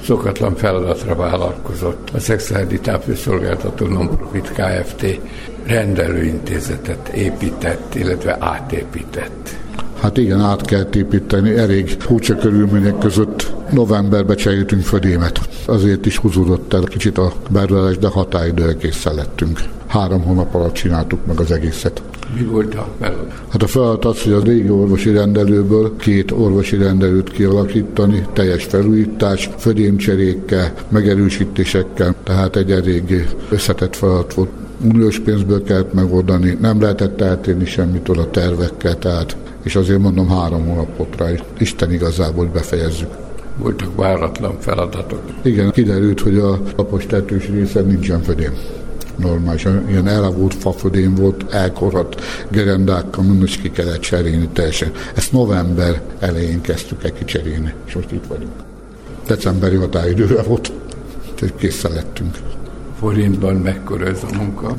szokatlan feladatra vállalkozott. A Szexárdi Távhőszolgáltató Nonprofit Kft. Rendelőintézetet épített, illetve átépített. Hát igen, át kellett építeni, elég furcsa körülmények között novemberben cseréltünk födémet. Azért is húzódott el kicsit a berlelés, de határidőre készen lettünk. 3 hónap alatt csináltuk meg az egészet. Mi volt a feladat? Hát a feladat az, hogy a régi orvosi rendelőből 2 orvosi rendelőt kialakítani, teljes felújítás, födémcserékkel, megerősítésekkel, tehát egy elég összetett feladat volt. Uniós pénzből kellett megoldani, nem lehetett eltérni semmitől a tervekkel, tehát, és azért mondom 3 hónapot rá, Isten igazából befejezzük. Voltak váratlan feladatok. Igen, kiderült, hogy a lapos tetős részen nincsen födém. Normálisan ilyen elavult fafödém volt, elkorhadt gerendákkal, most ki kellett cserélni teljesen. Ezt november elején kezdtük el kicserélni, és most itt vagyunk. Decemberi határidőre volt, úgyhogy készen lettünk. Forintban mekkora ez a munka?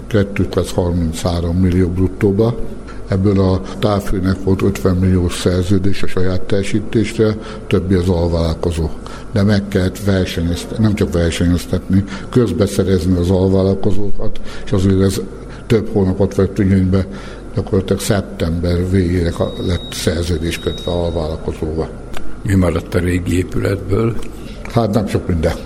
233 millió bruttóba. Ebből a távfőnek volt 50 millió szerződés a saját teljesítésre, többi az alvállalkozó. De meg kellett versenyeztetni, nem csak versenyeztetni, közbeszerezni az alvállalkozókat, és azért ez több hónapot vett igénybe, gyakorlatilag szeptember végére lett szerződés kötve alvállalkozóval. Mi maradt a régi épületből? Hát nem sok minden.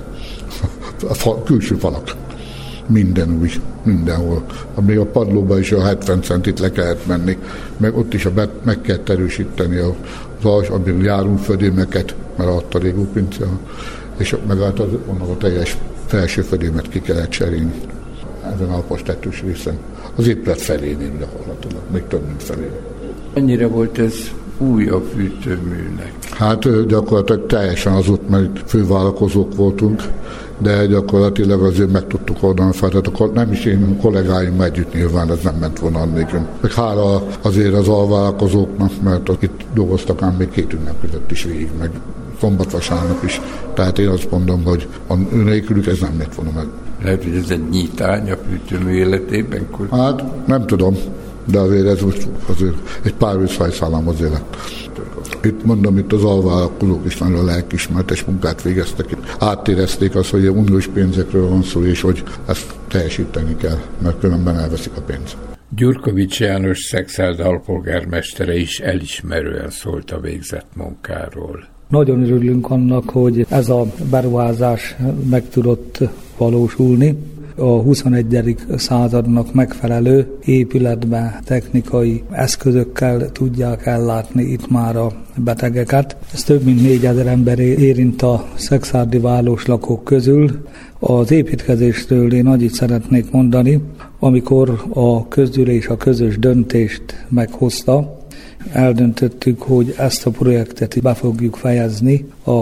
A külső falak. Minden új, mindenhol. Még a padlóban is a 70 centit le kellett menni, meg ott is meg kellett erősíteni az abban járunk födémeket, mert adta régó pincé, és meg onnan a teljes felső födémet ki kellett cserélni ezen a lapos tetős részen. Az épület felénél gyakorlatilag, még több, mint felénél. Mennyire volt ez új a fűtőműnek? Hát gyakorlatilag teljesen az ott, mert fővállalkozók voltunk, de gyakorlatilag azért meg tudtuk oldani a feladatokat. Nem is én, kollégáim együtt nyilván, ez nem ment volna annélkül. Meg hála azért az alvállalkozóknak, mert itt dolgoztak ám még 2 ünnep között is végig, meg szombat-vasárnap is. Tehát én azt mondom, hogy a nélkülük ez nem lett volna meg. Lehet, hogy ez egy nyitány a fűtőmű életében? Hát nem tudom, de azért ez most azért egy pár visszajszállam azért lett. Itt mondom, itt az alvállalkozók is nagyon lelkismertes munkát végeztek. Átérezték azt, hogy a uniós pénzekről van szó, és hogy ezt teljesíteni kell, mert különben elveszik a pénzt. Gyurkovics János Szexárd alpolgármestere is elismerően szólt a végzett munkáról. Nagyon örülünk annak, hogy ez a beruházás meg tudott valósulni. A 21. századnak megfelelő épületben technikai eszközökkel tudják ellátni itt már a betegeket. Ez több mint 4000 ember érint a szexárdi városlakók közül. Az építkezésről én annyit szeretnék mondani, amikor a közgyűlés a közös döntést meghozta, eldöntöttük, hogy ezt a projektet be fogjuk fejezni a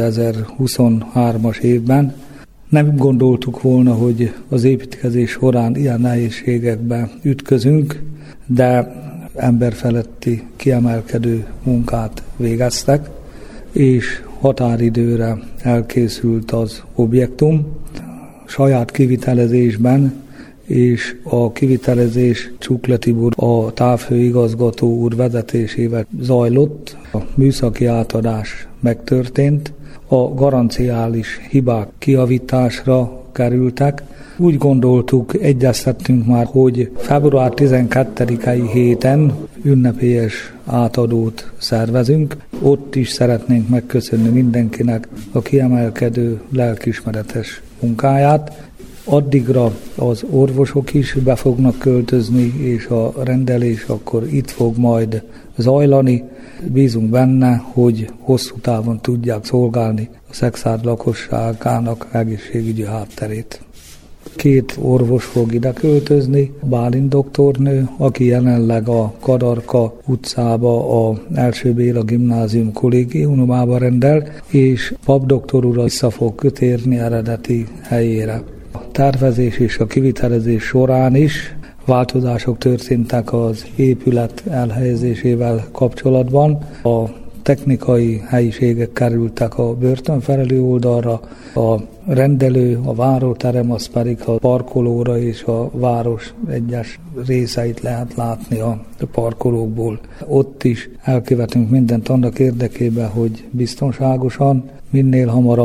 2023-as évben. Nem gondoltuk volna, hogy az építkezés során ilyen nehézségekbe ütközünk, de emberfeletti kiemelkedő munkát végeztek, és határidőre elkészült az objektum. Saját kivitelezésben és a kivitelezés Csukley Tibor, a távfőigazgató úr vezetésével zajlott. A műszaki átadás megtörtént, a garanciális hibák kijavításra kerültek. Úgy gondoltuk, egyeztettünk már, hogy február 12-i héten ünnepélyes átadót szervezünk. Ott is szeretnénk megköszönni mindenkinek a kiemelkedő lelkiismeretes munkáját. Addigra az orvosok is be fognak költözni, és a rendelés akkor itt fog majd zajlani. Bízunk benne, hogy hosszú távon tudják szolgálni a Szexárd lakosságának egészségügyi hátterét. 2 orvos fog ide költözni, Bálint doktornő, aki jelenleg a Kadarka utcába a első Béla gimnázium kollégiumába rendel, és papdoktor úr vissza fog térni eredeti helyére. A tervezés és a kivitelezés során is változások történtek az épület elhelyezésével kapcsolatban. A technikai helyiségek kerültek a börtön felüli oldalra, a rendelő, a váróterem, az pedig a parkolóra, és a város egyes részeit lehet látni a parkolókból. Ott is elkövetünk mindent annak érdekében, hogy biztonságosan, minél hamarabb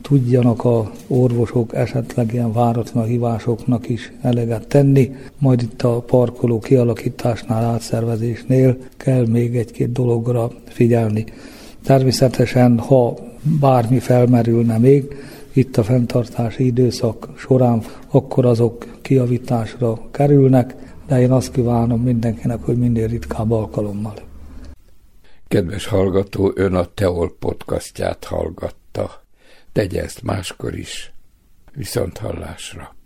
tudjanak a orvosok esetleg ilyen váratlan hívásoknak is eleget tenni, majd itt a parkoló kialakításnál, átszervezésnél kell még egy-két dologra figyelni. Természetesen, ha bármi felmerülne még itt a fenntartási időszak során, akkor azok kijavításra kerülnek, de én azt kívánom mindenkinek, hogy minél ritkább alkalommal. Kedves hallgató, ön a Teol podcastját hallgatta. Tegye ezt máskor is. Viszonthallásra.